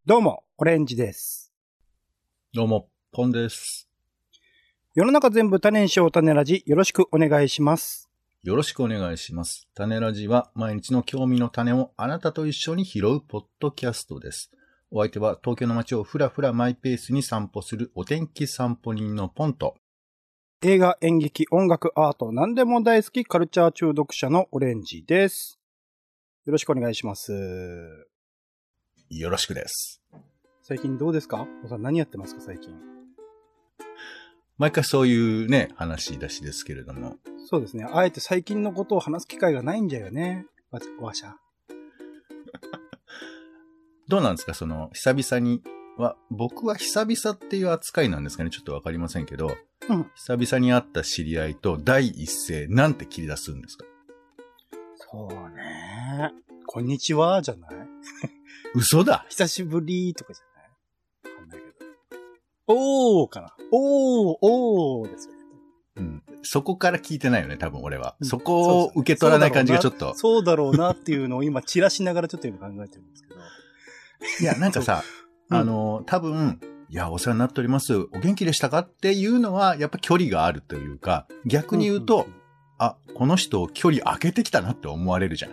どうも、オレンジです。 どうも、ポンです。 世の中全部種にしよう種ラジ、よろしくお願いします。 よろしくお願いします。種ラジは毎日の興味の種をあなたと一緒に拾うポッドキャストです。お相手は東京の街をふらふらマイペースに散歩するお天気散歩人のポンと、 映画、演劇、音楽、アート、何でも大好きカルチャー中毒者のオレンジです。よろしくお願いします。 よろしくです。 最近どうですか？おさん何やってますか最近？ 毎回そういうね、話出しですけれども。 そうですね。あえて最近のことを話す機会がないんじゃよね。わしゃ。 どうなんですか久々には、僕は久々っていう扱いなんですかねちょっとわかりませんけど、久々に会った知り合いと第一声なんて切り出すんですか？ そうね。こんにちは、じゃない？ 嘘だ。 久しぶりとかじゃない？わかんないけど。おーかな。おーですよね。 うん。そこから聞いてないよね、多分俺は。そこを受け取らない感じがちょっと。 そうだろうなっていうのを今散らしながらちょっと今考えてるんですけど。 いや、なんかさ、多分、いや、お世話になっております。お元気でしたかっていうのは、やっぱ距離があるというか、逆に言うと、あ、この人距離空けてきたなって思われるじゃない。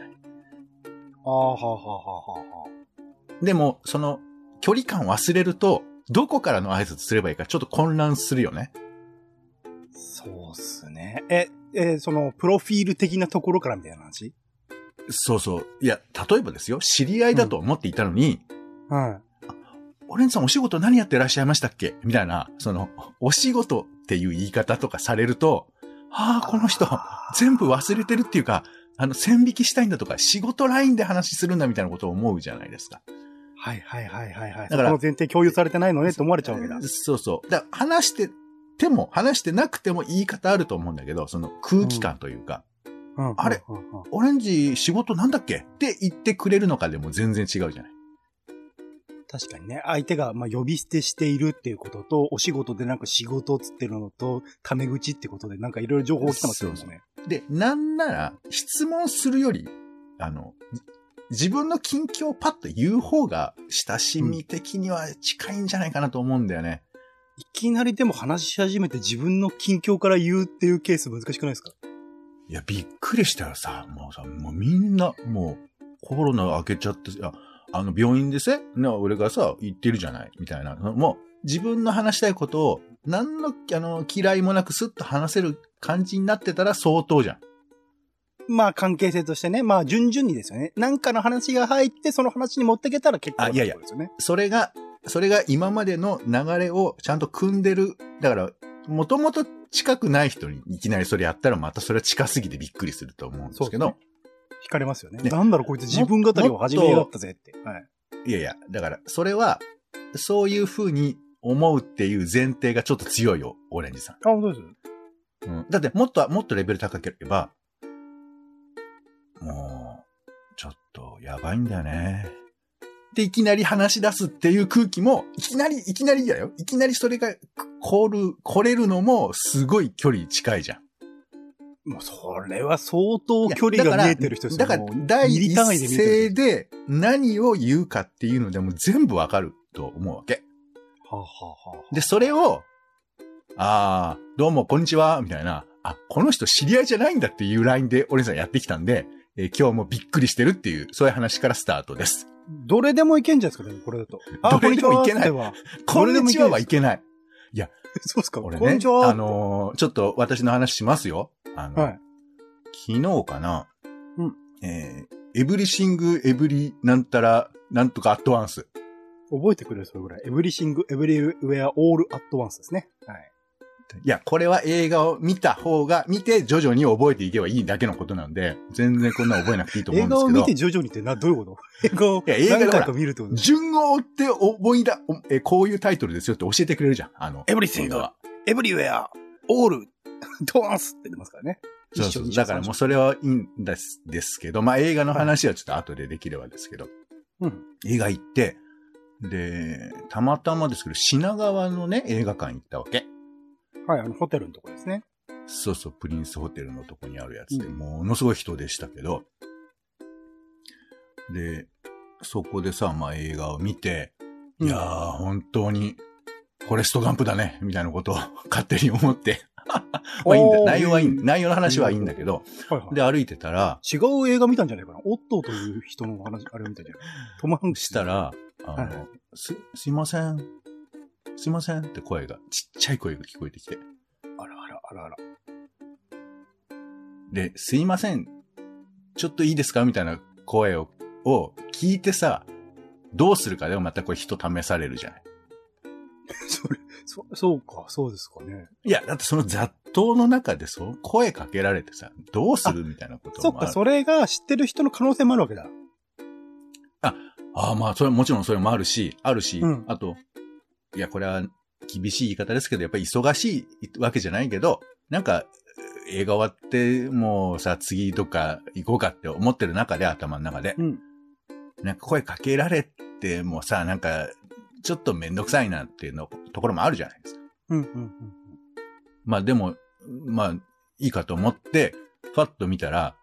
でも、その、距離感忘れると、どこからの挨拶すればいいかちょっと混乱するよね。 そうっすね。その、プロフィール的なところからみたいな話？ そうそう。いや、例えばですよ、知り合いだと思っていたのに、 はい。 オレンジさんお仕事何やってらっしゃいましたっけみたいな、お仕事っていう言い方とかされると、この人、全部忘れてるっていうか、線引きしたいんだとか、仕事ラインで話するんだみたいなことを思うじゃないですか。 はい。 だから、 その前提共有されてないのねって思われちゃうわけだ。 そうそう。だから話してなくても言い方あると思うんだけど、その空気感というか、あれ、オレンジ仕事なんだっけって言ってくれるのかでも全然違うじゃない。 確かにね。相手が、呼び捨てしているっていうことと、お仕事でなんか仕事をつってるのと、タメ口ってことでなんかいろいろ情報来てますよね。そうそうで、なんなら、質問するより、自分の近況をパッと言う方が、親しみ的には近いんじゃないかなと思うんだよね。 いきなりでも話し始めて自分の近況から言うっていうケース難しくないですか？ いや、びっくりしたよさ。もうみんな、もう、コロナ明けちゃって、病院でさ、俺がさ、言ってるじゃないみたいな。もう、自分の話したいことを、何の、嫌いもなくスッと話せる感じになってたら相当じゃん。 関係性としてね。順々にですよね。なんかの話が入って、その話に持ってけたら結構ですよね。 いや、それが今までの流れをちゃんと組んでる。だから、もともと近くない人にいきなりそれやったらまたそれは近すぎてびっくりすると思うんですけど。ね、 惹かれますよね。なんだろこいつ自分語りを始めやがったぜって。はい。 いや、だからそれは、そういう風に思うっていう前提がちょっと強いよ、オレンジさん。 本当です。 うん。だってもっとレベル高ければ、もう、ちょっとやばいんだよね。で、いきなり話し出すっていう空気も、いきなりだよ。いきなりそれが来れるのも、すごい距離近いじゃん。 もうそれは相当距離が見えてる人ですよ。 だから、第一声で何を言うかっていうのでも全部わかると思うわけ。で、それを、どうも、こんにちは、みたいな、この人知り合いじゃないんだっていうラインで俺さんやってきたんで、今日もびっくりしてるっていう、そういう話からスタートです。 どれでもいけんじゃないですかね、これだと。 どれでもいけない。こんにちははいけない。いや、 そうですか。 俺ね、 こんにちは。 ちょっと私の話しますよ。 はい。 昨日かな。エブリシング、エブリ、なんたら、なんとかアットワンス。 覚えてくれるそれぐらい。エブリシング、エブリウェア、オールアットワンスですね。はい。 いや、これは映画を見て徐々に覚えていけばいいだけのことなんで、全然こんな覚えなくていいと思うんですけど。 映画を見て徐々にってどういうこと映画何回か見るってこと順を追ってこういうタイトルですよって教えてくれるじゃん。 エブリシング、エブリウェア、オール、アットワンスって出ますからね。 そう。だからもうそれはいいんですけど、映画の話はちょっと後でできればですけど。 うん。 映画行って、で、たまたまですけど、品川のね、映画館行ったわけ。 はい、ホテルのとこですね。 そう、プリンスホテルのとこにあるやつで、ものすごい人でしたけど、で、そこでさ、映画を見て、 いやー、本当に、フォレストガンプだね、みたいなことを勝手に思って。まあいいんだ。内容はいい。内容の話はいいんだけど、はいはい、で、歩いてたら、 違う映画見たんじゃないかな。オットーという人の話、あれを見たんじゃないトムハンクスしたら、はい、すいません。すいませんって声が、ちっちゃい声が聞こえてきて。 あらあらあらあら。 で、すいません。ちょっといいですかみたいな声を聞いてさ、どうするかでもまたこれ人試されるじゃない。 そうか、そうですかね。 いや、だってその雑踏の中でそう声かけられてさ、どうするみたいなこともある。 そっか、それが知ってる人の可能性もあるわけだ。 まあ、それもちろんそれもあるし、うん、あと、いや、これは厳しい言い方ですけど、やっぱり忙しいわけじゃないけど、なんか、映画終わって、もうさ、次どっか行こうかって思ってる中で、頭の中で。うん、なんか声かけられてもさ、なんか、ちょっとめんどくさいなっていうところもあるじゃないですか。 うんうんうん。 まあでも、まあ、いいかと思って、ファッと見たら、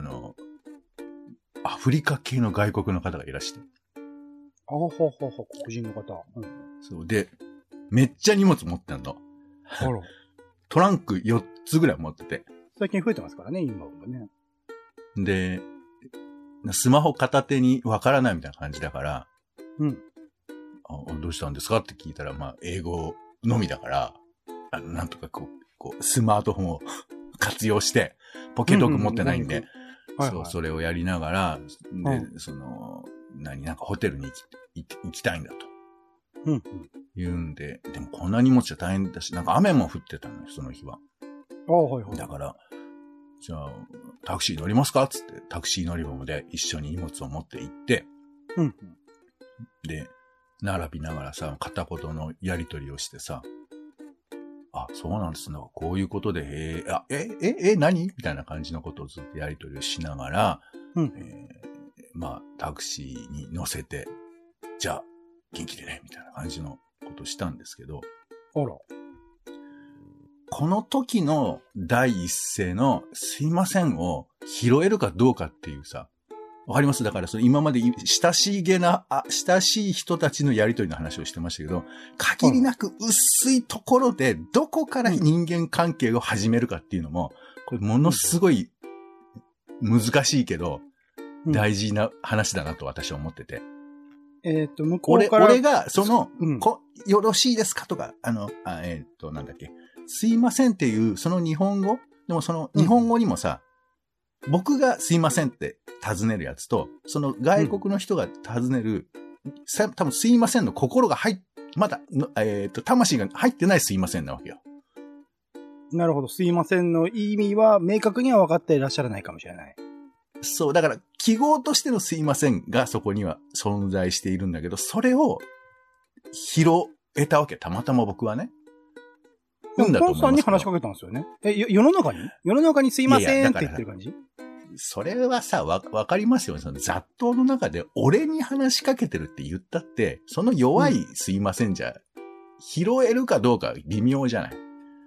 アフリカ系の外国の方がいらして。 黒人の方。 うん、そうで、めっちゃ荷物持ってんの。 あら。 トランク4つぐらい持ってて。 最近増えてますからね、今はね。 で、スマホ片手にわからないみたいな感じだから、 うん。 どうしたんですかって聞いたら、まあ、英語のみだから、なんとかこう、スマートフォンを活用して、ポケットオーク持ってないんで、それをやりながら、で、なんかホテルに行きたいんだと。 うん。 言うんで、でもこんな荷物じゃ大変だし、なんか雨も降ってたのよ、その日は。 はいはい。 だから、じゃあ、タクシー乗りますかつって、タクシー乗り場まで一緒に荷物を持って行って、 うん。 で、並びながらさ、片言のやりとりをしてさ、あ、そうなんですね。こういうことで、何みたいな感じのことをずっとやりとりをしながら、 うん。 まあ、タクシーに乗せて、じゃあ、元気でね、みたいな感じのことをしたんですけど、 あら。 この時の第一声のすいませんを拾えるかどうかっていうさ、わかります？だから今まで親しい人たちのやりとりの話をしてましたけど、限りなく薄いところでどこから人間関係を始めるかっていうのも、これものすごい難しいけど、大事な話だなと私は思ってて。 向こうから。 俺が、よろしいですかとか、なんだっけ、すいませんっていう、その日本語でもその日本語にもさ、僕がすいませんって尋ねるやつと、その外国の人が尋ねる、多分すいませんの心がまだ、魂が入ってないすいませんなわけよ。 なるほど。すいませんの意味は明確には分かっていらっしゃらないかもしれない。 そう、だから記号としてのすいませんがそこには存在しているんだけど、それを拾えたわけ。たまたま僕はね。 ポンさんに話しかけたんですよね。世の中にすいませんって言ってる感じ？ それはさ、わかりますよ。その雑踏の中で俺に話しかけてるって言ったって、その弱いすいませんじゃ、拾えるかどうか微妙じゃない。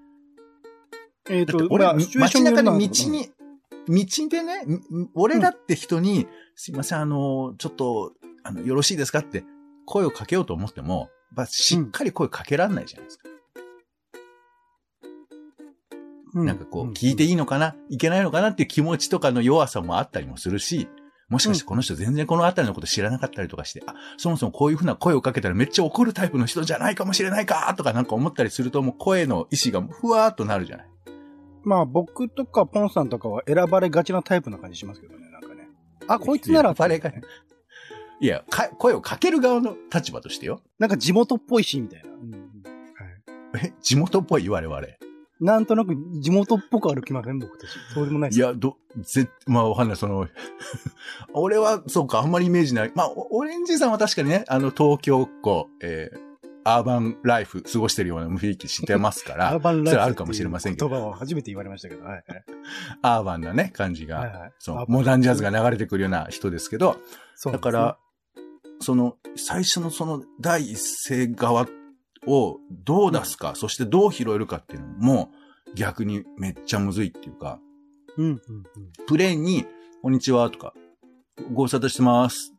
俺、街中に道でね、俺だって人に、すいません、ちょっと、よろしいですかって声をかけようと思っても、しっかり声かけらんないじゃないですか。なんかこう、聞いていいのかな、いけないのかなっていう気持ちとかの弱さもあったりもするし、もしかしてこの人全然このあたりのこと知らなかったりとかして、そもそもこういうふうな声をかけたらめっちゃ怒るタイプの人じゃないかもしれないかとかなんか思ったりすると、もう声の意志がふわーっとなるじゃない。 まあ僕とかポンさんとかは選ばれがちなタイプな感じしますけどね、なんかね。こいつなら。 いや、声をかける側の立場としてよ。 なんか地元っぽいし、みたいな。 地元っぽい我々。 なんとなく地元っぽく歩きません僕たち。そうでもないです。 いや、まあわかんない。俺は、そうか、あんまりイメージない。まあ、オレンジさんは確かにね、東京っ子、アーバンライフ過ごしてるような雰囲気してますから、 アーバンライフそれあるかもしれませんけど。 言葉を初めて言われましたけど、はい。 アーバンなね、感じが、モダンジャズが流れてくるような人ですけど、だから、最初の第一声側をどう出すか、そしてどう拾えるかっていうのも、逆にめっちゃむずいっていうか、プレーンに、こんにちはとか、ご無沙汰してます。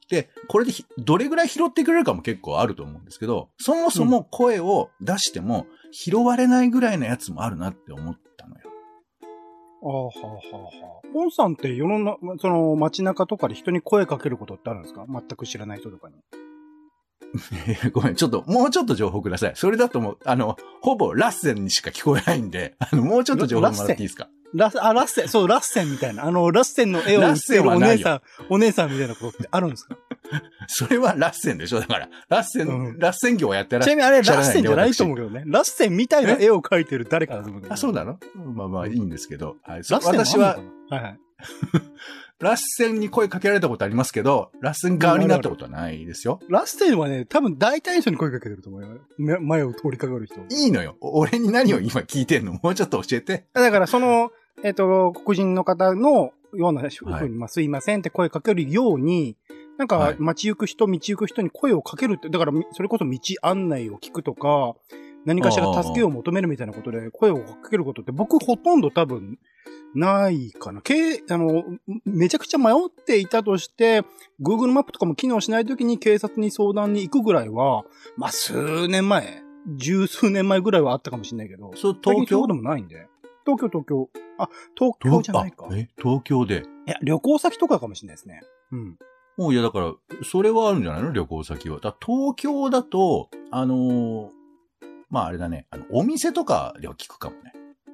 で、これでどれぐらい拾ってくれるかも結構あると思うんですけど、そもそも声を出しても拾われないぐらいのやつもあるなって思ったのよ。 ああ、はあ、はあ、はあ。ポンさんって世の中、その街中とかで人に声かけることってあるんですか？全く知らない人とかに。 ごめん、もうちょっと情報ください。それだともう、ほぼラッセンにしか聞こえないんで、もうちょっと情報もらっていいですか？ ラッセン、そう、ラッセンみたいな。ラッセンの絵を売ってるお姉さんみたいなことってあるんですか？ それはラッセンでしょ？だから、ラッセン業をやってらっしゃる。 ちなみにあれラッセンじゃないと思うけどね。ラッセンみたいな絵を描いてる誰かだと思うけど。 あ、そうなの？まあまあいいんですけど。はい、 私は、はいはい。 ラッセンに声かけられたことありますけど、ラッセン側になったことはないですよ。 ラッセンはね、多分大体の人に声かけてると思うよ。前を通りかかる人。 いいのよ。俺に何を今聞いてんの？もうちょっと教えて。 だから黒人の方のようなふうに、すいませんって声かけるように、なんか、道行く人に声をかけるって、だから、それこそ道案内を聞くとか、何かしら助けを求めるみたいなことで声をかけることって僕ほとんど多分ないかな。めちゃくちゃ迷っていたとして、Google マップとかも機能しないときに警察に相談に行くぐらいは、数年前、十数年前ぐらいはあったかもしれないけど、 そう、東京でもないんで。東京。あ、東京じゃないか。 東京で。 いや、旅行先とかかもしれないですね。うん。 もういや、だから、それはあるんじゃないの？旅行先は。東京だと、あれだね、お店とかでは聞くかもね。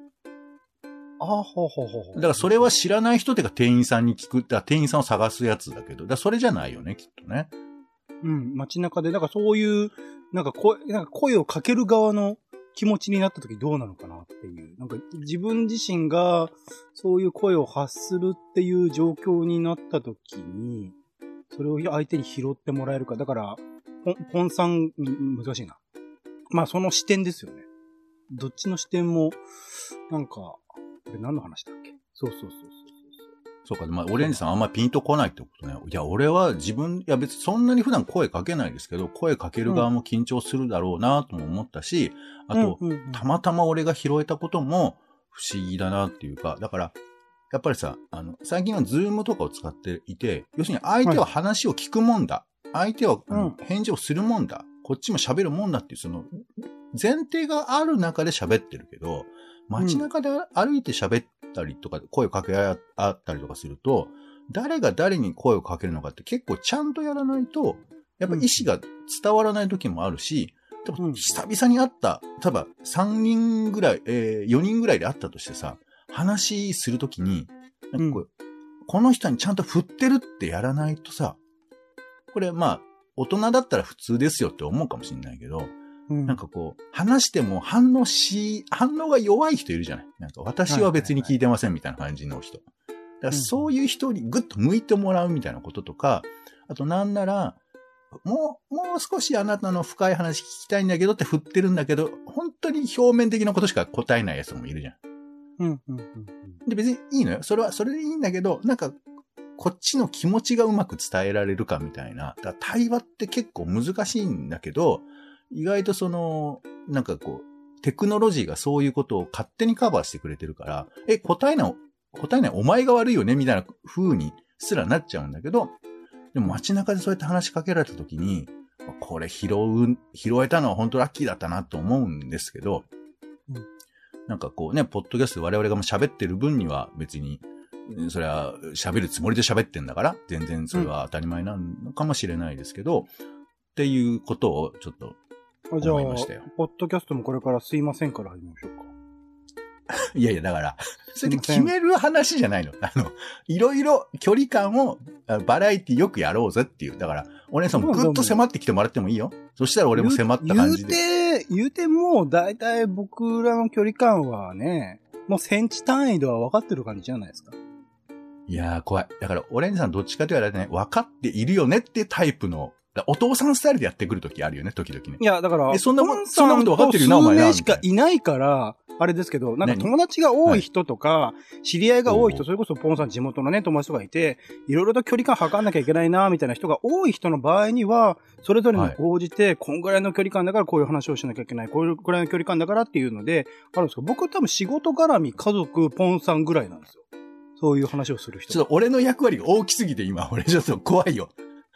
ほう。 だからそれは知らない人っていうか店員さんに聞く、店員さんを探すやつだけど、それじゃないよね、きっとね。 うん、街中で、そういう、声をかける側の気持ちになった時どうなのかなっていう。自分自身がそういう声を発するっていう状況になった時に、それを相手に拾ってもらえるか。だから、ポンさん、難しいな。その視点ですよね。どっちの視点も、これ何の話だっけ？そう。 そうか、オレンジさんあんまピンとこないってことね。いや、俺は別にそんなに普段声かけないですけど、声かける側も緊張するだろうなとも思ったし、あと、たまたま俺が拾えたことも不思議だなっていうか、だから、やっぱりさ、最近はズームとかを使っていて、要するに相手は話を聞くもんだ。相手は返事をするもんだ。こっちも喋るもんだっていう、その、前提がある中で喋ってるけど、街中で歩いて喋ったりとか、声をかけ合ったりとかすると、誰が誰に声をかけるのかって結構ちゃんとやらないと、やっぱ意思が伝わらない時もあるし、多分久々に会った、例えば3人ぐらい、4人ぐらいで会ったとしてさ、話するときに、この人にちゃんと振ってるってやらないとさ、これ大人だったら普通ですよって思うかもしれないけど、話しても反応が弱い人いるじゃない？私は別に聞いてませんみたいな感じの人。だからそういう人にぐっと向いてもらうみたいなこととか、あとなんなら、もう少しあなたの深い話聞きたいんだけどって振ってるんだけど、本当に表面的なことしか答えないやつもいるじゃん。で、別にいいのよ。それでいいんだけど、こっちの気持ちがうまく伝えられるかみたいな。だから対話って結構難しいんだけど、意外とテクノロジーがそういうことを勝手にカバーしてくれてるから、答えないお前が悪いよねみたいな風にすらなっちゃうんだけど、でも街中でそうやって話しかけられた時に、これ拾えたのは本当ラッキーだったなと思うんですけど、ポッドキャストで我々が喋ってる分には別に、それは喋るつもりで喋ってんだから、全然それは当たり前なのかもしれないですけど、っていうことをちょっと思いましたよ。 じゃあ、ポッドキャストもこれからすいませんから始めましょうか。 いや、だから、それで決める話じゃないの。いろいろ距離感をバラエティよくやろうぜっていう。だから、お姉さんもぐっと迫ってきてもらってもいいよ。そしたら俺も迫った感じで。 言うても、だいたい僕らの距離感はね、もうセンチ単位では分かってる感じじゃないですか。 いやー、怖い。だから、オレンジさんどっちかと言われてね、分かっているよねっていうタイプの、お父さんスタイルでやってくるときあるよね、時々ね。 いや、だから、 そんなこと分かってるよな、お前な。 数名しかいないから、あれですけど、友達が多い人とか、知り合いが多い人、それこそポンさん地元のね、友達とかいて、いろいろと距離感測んなきゃいけないな、みたいな人が多い人の場合には、それぞれに応じて、こんぐらいの距離感だからこういう話をしなきゃいけない、こういうぐらいの距離感だからっていうので、あるんですけど、僕は多分仕事絡み、家族、ポンさんぐらいなんですよ。そういう話をする人。 ちょっと俺の役割が大きすぎて今、俺ちょっと怖いよ。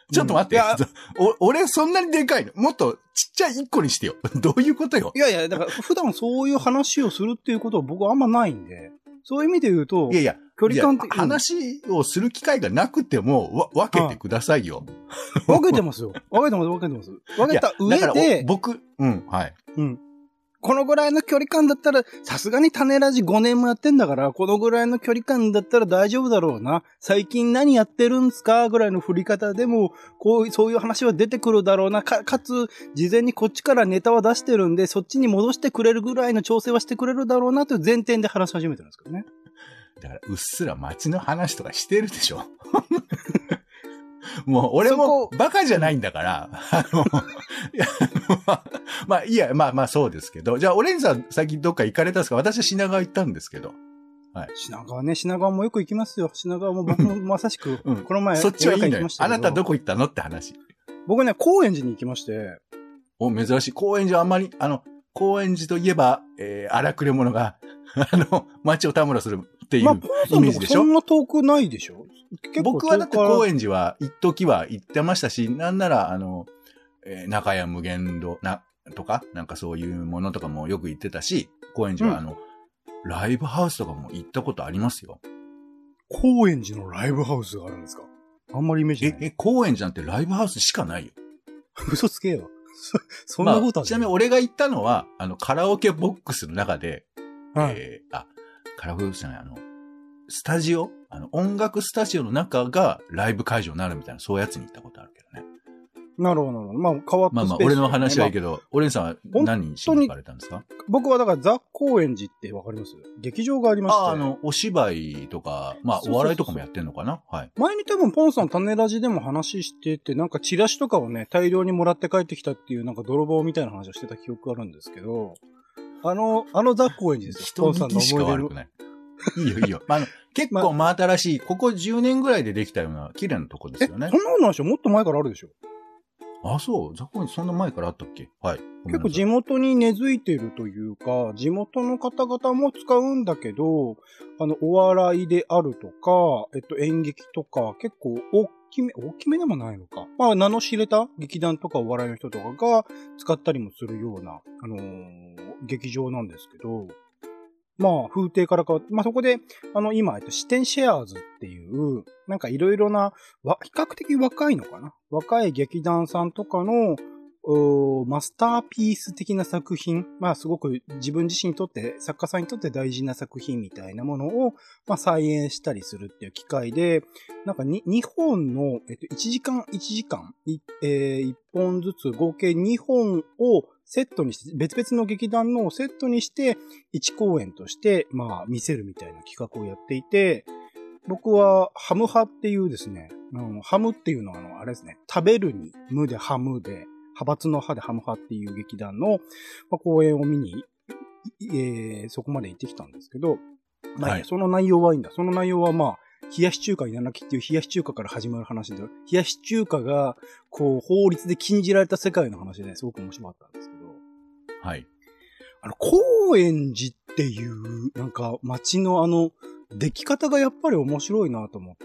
ちょっと待って。俺そんなにでかいの？もっとちっちゃい1個にしてよ。どういうことよ？ いやいや、だから普段そういう話をするっていうことは僕はあんまないんで、そういう意味で言うと、 いやいや、 距離感って。 話をする機会がなくても、分けてくださいよ。 分けてますよ。分けてます。分けた上で、 はい。 うん。このぐらいの距離感だったら、さすがに種ラジ5年もやってんだから、このぐらいの距離感だったら大丈夫だろうな。最近何やってるんすかぐらいの振り方でも、そういう話は出てくるだろうな。かつ、事前にこっちからネタは出してるんで、そっちに戻してくれるぐらいの調整はしてくれるだろうなという前提で話し始めてるんですけどね。 だから、うっすら街の話とかしてるでしょ。もう、俺もバカじゃないんだから、まあ、いや、まあそうですけど。じゃあ、オレンジさん最近どっか行かれたんですか？私は品川行ったんですけど。はい。 品川もよく行きますよ。品川も僕もまさしく、この前、 そっちはいいのよ。あなたどこ行ったのって話。 僕ね、高円寺に行きまして。 珍しい。高円寺あんまり、高円寺といえば、荒くれ者が、街をたむろするっていうイメージでしょ？ そんな遠くないでしょ？ 僕はだって高円寺は一時は行ってましたし、なんなら中谷無限路とか、なんかそういうものとかもよく行ってたし、高円寺はライブハウスとかも行ったことありますよ。 高円寺のライブハウスがあるんですか？あんまりイメージない。 高円寺なんてライブハウスしかないよ。 嘘つけよ。そんなことある、 ちなみに俺が行ったのは、カラオケボックスの中で、 はい、 カラオケボックスじゃない、スタジオ音楽スタジオの中がライブ会場になるみたいな、そういうやつに行ったことあるけどね。 なるほど。まあ、変わったスペース、 俺の話はいいけど、オレンさんは何しに行かれたんですか？ 僕はだからザ・高円寺ってわかります？劇場がありまして。 お芝居とか、お笑いとかもやってんのかな？はい。 前に多分ポンさん種ラジでも話してて、なんかチラシとかをね、大量にもらって帰ってきたっていうなんか泥棒みたいな話をしてた記憶あるんですけど、ザ・高円寺ですよ。 人聞きしか悪くない。いいよ。結構真新しい、ここ10年ぐらいでできたような綺麗なとこですよね。 そんなことないでしょ？もっと前からあるでしょ？ そう。ザ・高円寺そんな前からあったっけ？はい。 結構地元に根付いてるというか、地元の方々も使うんだけど、お笑いであるとか、演劇とか、結構大きめでもないのか。名の知れた劇団とかお笑いの人とかが使ったりもするような、劇場なんですけど、風景から変わって、そこで、今、支店シェアーズっていう、なんかいろいろな、比較的若いのかな？若い劇団さんとかの、マスターピース的な作品、すごく自分自身にとって、作家さんにとって大事な作品みたいなものを、再演したりするっていう機会で、なんか2本の、1時間、1本ずつ合計2本をセットにして、別々の劇団のセットにして、1公演として、見せるみたいな企画をやっていて、僕はハム派っていうですね、ハムっていうのはあれですね、食べるに無でハムで、派閥の派でハム派っていう劇団の、公演を見に、そこまで行ってきたんですけど、はい、その内容はいいんだ。その内容は冷やし中華稲垣っていう冷やし中華から始まる話で、冷やし中華が、法律で禁じられた世界の話で、すごく面白かったんですけど、 はい。 高円寺っていう、なんか街の出来方がやっぱり面白いなと思って、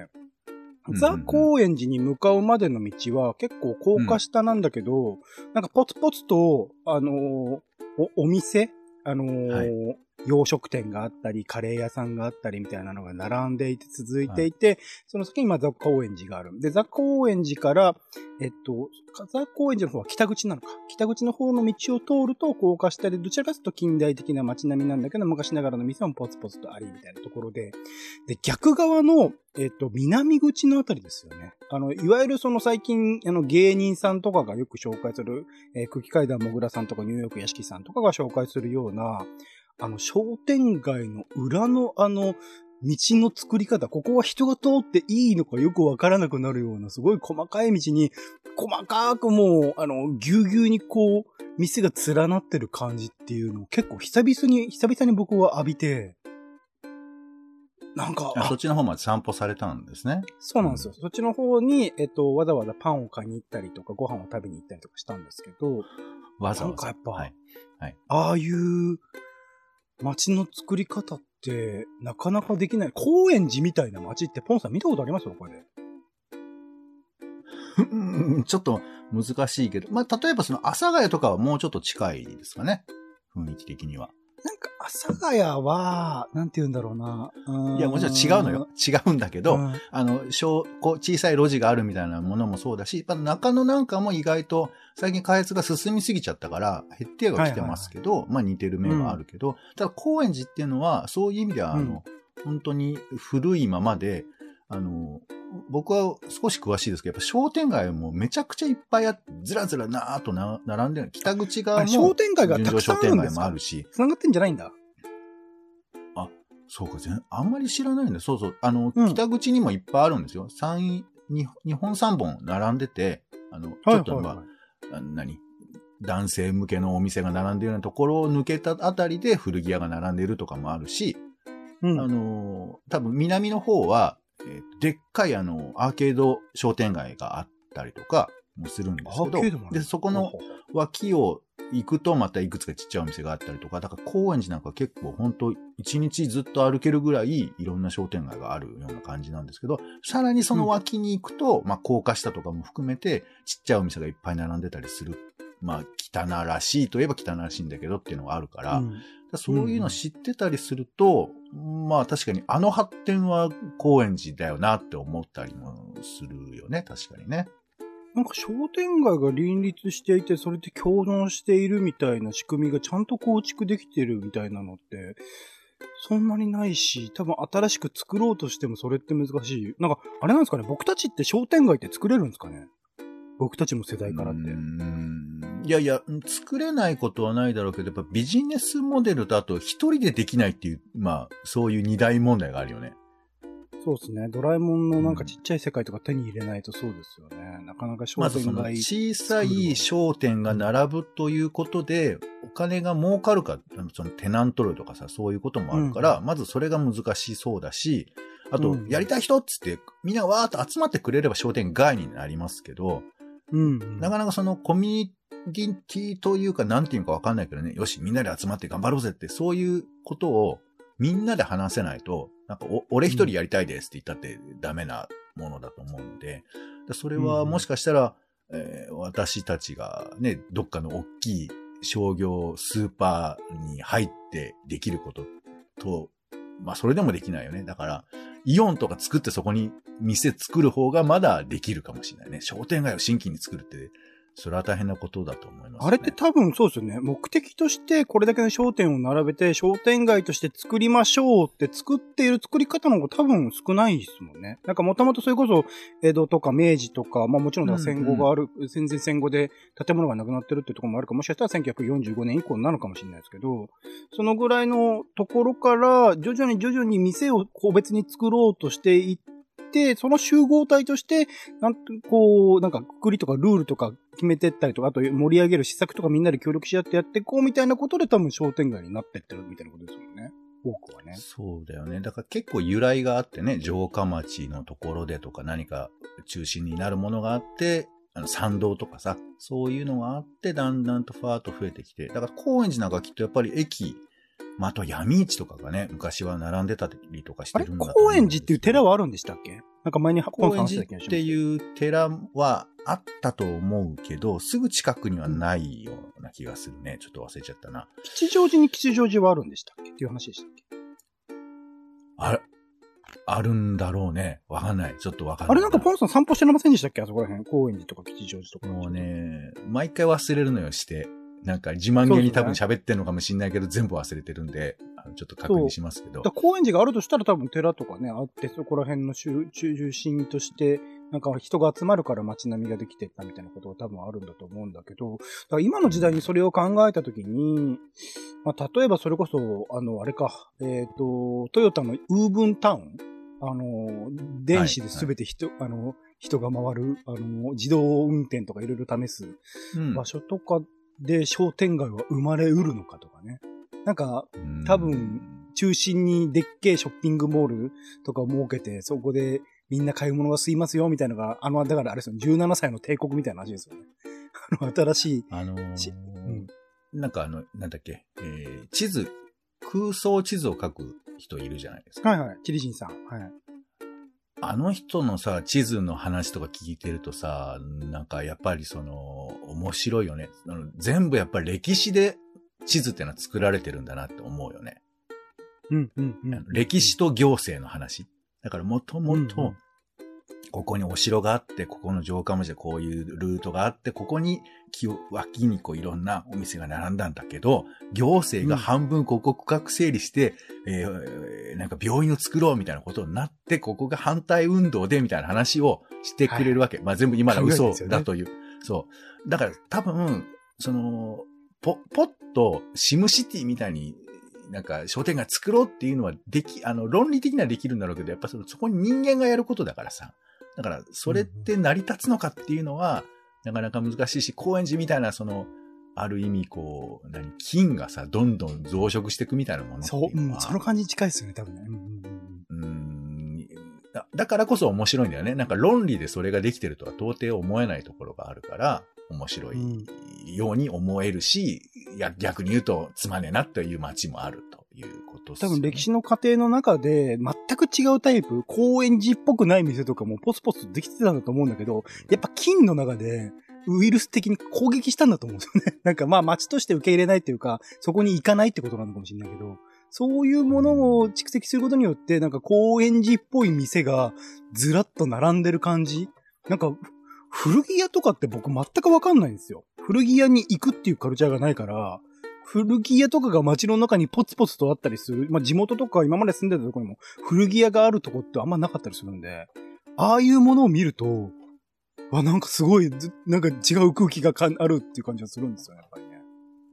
ザ・高円寺に向かうまでの道は結構高架下なんだけど、なんかポツポツと、お店洋食店があったり、カレー屋さんがあったりみたいなのが並んでいて続いていて、その先にザ・高円寺がある。で、ザ・高円寺から、ザ・高円寺の方は北口なのか。北口の方の道を通ると高架下で、どちらかというと近代的な街並みなんだけど、昔ながらの店もポツポツとありみたいなところで、で、逆側の、南口のあたりですよね。いわゆるその最近、芸人さんとかがよく紹介する、空気階段もぐらさんとかニューヨーク屋敷さんとかが紹介するような、商店街の裏の道の作り方、ここは人が通っていいのかよくわからなくなるような、すごい細かい道に、細かくもう、ぎゅうぎゅうに店が連なってる感じっていうのを結構久々に僕は浴びて、なんか。 そっちの方まで散歩されたんですね。 そうなんですよ。そっちの方に、わざわざパンを買いに行ったりとか、ご飯を食べに行ったりとかしたんですけど、 わざわざ。 なんかやっぱ、 はい。 ああいう街の作り方って、なかなかできない。高円寺みたいな街って、ポンさん見たことありますよ、これで。 ちょっと難しいけど、まあ、例えばその阿佐ヶ谷とかはもうちょっと近いですかね。雰囲気的には。 なんか、阿佐ヶ谷は、なんて言うんだろうな。 いや、もちろん違うのよ。違うんだけど、小さい路地があるみたいなものもそうだし、中野なんかも意外と最近開発が進みすぎちゃったから、減っては来てますけど、まあ似てる面はあるけど、ただ高円寺っていうのは、そういう意味では、本当に古いままで、僕は少し詳しいですけど、やっぱ商店街もめちゃくちゃいっぱいあって、ずらずらなーっと並んでる。北口側も、 商店街がたくさんあるんですか？ もあるし。 繋がってんじゃないんだ。 あ、そうか、あんまり知らないんだ。そうそう。北口にもいっぱいあるんですよ。2本3本並んでて、ちょっと男性向けのお店が並んでるようなところを抜けたあたりで古着屋が並んでるとかもあるし、多分南の方は、でっかいアーケード商店街があったりとかもするんですけど、で、そこの脇を行くとまたいくつかちっちゃいお店があったりとか、だから高円寺なんか結構本当一日ずっと歩けるぐらいいろんな商店街があるような感じなんですけど、さらにその脇に行くと、まあ高架下とかも含めてちっちゃいお店がいっぱい並んでたりする。まあ汚らしいといえば汚らしいんだけどっていうのがあるから、そういうの知ってたりすると、まあ確かに発展は高円寺だよなって思ったりもするよね、確かにね。 なんか商店街が林立していて、それで共存しているみたいな仕組みがちゃんと構築できてるみたいなのって、そんなにないし、多分新しく作ろうとしてもそれって難しい。なんか、あれなんですかね、僕たちって商店街って作れるんですかね？僕たちの世代からって。 いやいや、作れないことはないだろうけど、やっぱビジネスモデルとあと一人でできないっていう、まあ、そういう二大問題があるよね。 そうですね。ドラえもんのなんかちっちゃい世界とか手に入れないとそうですよね。なかなか商店街。 まず小さい商店が並ぶということで、お金が儲かるか、そのテナント料とかさ、そういうこともあるから、まずそれが難しそうだし、あと、やりたい人っつって、みんなわーっと集まってくれれば商店街になりますけど、なかなかそのコミュニティというかなんていうかわかんないけどね、よし、みんなで集まって頑張ろうぜって、そういうことをみんなで話せないと、なんか俺一人やりたいですって言ったってダメなものだと思うので、それはもしかしたら、私たちがね、どっかの大きい商業スーパーに入ってできることと、まあそれでもできないよね。だから、イオンとか作ってそこに店作る方がまだできるかもしれないね。商店街を新規に作るって、それは大変なことだと思いますね。 あれって多分そうですよね。目的としてこれだけの商店を並べて商店街として作りましょうって作っている作り方の方が多分少ないですもんね。なんかもともとそれこそ江戸とか明治とか、まあもちろん戦後がある、全然戦後で建物がなくなってるってところもあるかもしかしたら1945年以降になるかもしれないですけど、そのぐらいのところから徐々に店を個別に作ろうとしていって、その集合体として、なんか、くくりとかルールとか決めてったりとか、あと盛り上げる施策とかみんなで協力し合ってやっていこうみたいなことで多分商店街になってってるみたいなことですもんね。多くはね。 そうだよね。だから結構由来があってね、城下町のところでとか何か中心になるものがあって、参道とかさ、そういうのがあって、だんだんとファーッと増えてきて、だから高円寺なんかきっとやっぱり駅、まあ、あと闇市とかがね、昔は並んでたりとかしてるんだと思うんですけど。 あれ、高円寺っていう寺はあるんでしたっけ？なんか前に高円寺っていう寺はあったと思うけど、すぐ近くにはないような気がするね。ちょっと忘れちゃったな。 吉祥寺に吉祥寺はあるんでしたっけっていう話でしたっけ？ あるんだろうね。わかんない。ちょっとわかんない。 あれなんかポンさん散歩してませんでしたっけ？あそこら辺。高円寺とか吉祥寺とか。 もうね、毎回忘れるのよして。なんか自慢げに多分喋ってんのかもしれないけど、全部忘れてるんで、ちょっと確認しますけど。 高円寺があるとしたら多分寺とかね、あって、そこら辺の中心として、なんか人が集まるから街並みができてったみたいなことが多分あるんだと思うんだけど、だから今の時代にそれを考えたときに、まあ、例えばそれこそ、あれか、トヨタのウーブンタウン電子で全て人が回る、自動運転とかいろいろ試す場所とかで商店街は生まれうるのかとかね。なんか、多分、中心にでっけえショッピングモールとかを設けて、そこでみんな買い物が吸いますよみたいなのが、だからあれですよね、17歳の帝国みたいな話ですよね。新しい。 なんかなんだっけ、空想地図を書く人いるじゃないですか。 はいはい、チリジンさん。はい。 あの人のさ、地図の話とか聞いてるとさ、なんかやっぱり面白いよね。全部やっぱり歴史で地図ってのは作られてるんだなって思うよね。歴史と行政の話。だからもともと、ここにお城があって、ここの城下町でこういうルートがあって、ここに脇にいろんなお店が並んだんだけど、行政が半分ここ区画整理して、なんか病院を作ろうみたいなことになって、ここが反対運動でみたいな話をしてくれるわけ。はい、まあ全部今の嘘だという。そう。だから多分、ポッとシムシティみたいになんか商店街作ろうっていうのは論理的にはできるんだろうけど、やっぱそこに人間がやることだからさ。だから、それって成り立つのかっていうのは、なかなか難しいし、高円寺みたいな、ある意味、金がさ、どんどん増殖していくみたいなものっていうのは。 その感じに近いですよね、多分ね。だからこそ面白いんだよね。なんか論理でそれができてるとは到底思えないところがあるから、面白いように思えるし、逆に言うと、つまねえなという街もあると。いうことですね。 多分歴史の過程の中で全く違うタイプ、高円寺っぽくない店とかもポツポツできてたんだと思うんだけど、やっぱ金の中でウイルス的に攻撃したんだと思うんですよね。なんかまあ街として受け入れないっていうか、そこに行かないってことなのかもしれないけど、そういうものを蓄積することによって、なんか高円寺っぽい店がずらっと並んでる感じ。なんか古着屋とかって僕全くわかんないんですよ。古着屋に行くっていうカルチャーがないから、古着屋とかが街の中にポツポツとあったりする。まあ、地元とか今まで住んでたところにも古着屋があるとこってあんまなかったりするんで、ああいうものを見ると、なんかすごい、なんか違う空気があるっていう感じがするんですよね、やっぱりね。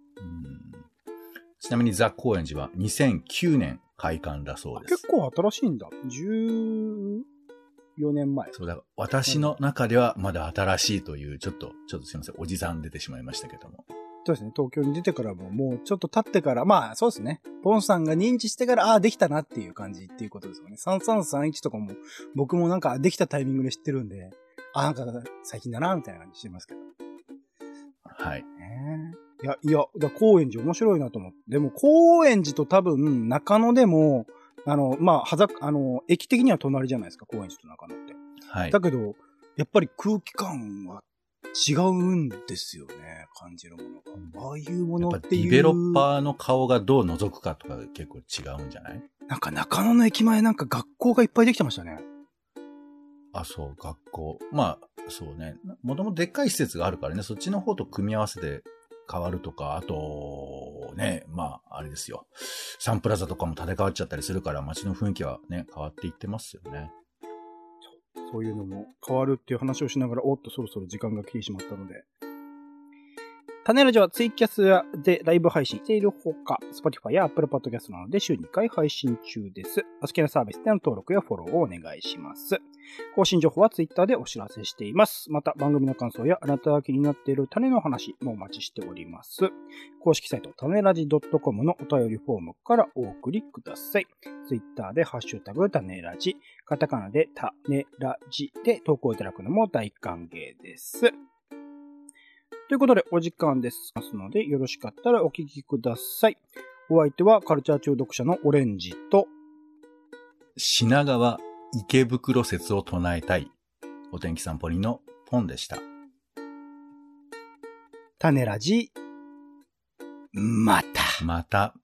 ちなみにザ・高円寺は2009年開館だそうです。 結構新しいんだ。14年前。 そうだ、私の中ではまだ新しいという、ちょっとすいません、おじさん出てしまいましたけども。 そうですね。東京に出てからもうちょっと経ってから、まあそうですね。ポンさんが認知してから、できたなっていう感じっていうことですよね。3331とかも、僕もなんかできたタイミングで知ってるんで、なんか最近だな、みたいな感じしてますけど。 はい。 いや、高円寺面白いなと思って。でも高円寺と多分、中野でも、まあ、駅的には隣じゃないですか、高円寺と中野って。 はい。 だけど、やっぱり空気感は違うんですよね、感じるものが。ああいうものっていう。 やっぱディベロッパーの顔がどう覗くかとか結構違うんじゃない？ なんか中野の駅前なんか学校がいっぱいできてましたね。 そう、学校。まあ、そうね。もともとでっかい施設があるからね、そっちの方と組み合わせで変わるとか、あと、ね、まあ、あれですよ。サンプラザとかも建て替わっちゃったりするから、街の雰囲気はね、変わっていってますよね。 そういうのも変わるっていう話をしながら、そろそろ時間が来てしまったので。種ラジはツイキャスでライブ配信しているほか、Spotify や Apple Podcast などで週2回配信中です。お好きなサービスでの登録やフォローをお願いします。更新情報は Twitter でお知らせしています。また番組の感想やあなたが気になっている種の話もお待ちしております。公式サイト種ラジ .com のお便りフォームからお送りください。Twitter でハッシュタグ種ラジ、カタカナで種ラジで投稿いただくのも大歓迎です。ということでお時間ですのでよろしかったらお聞きください。お相手はカルチャー中毒者のオレンジと品川池袋説を唱えたいお天気散歩人のポンでした。 種ラジまた。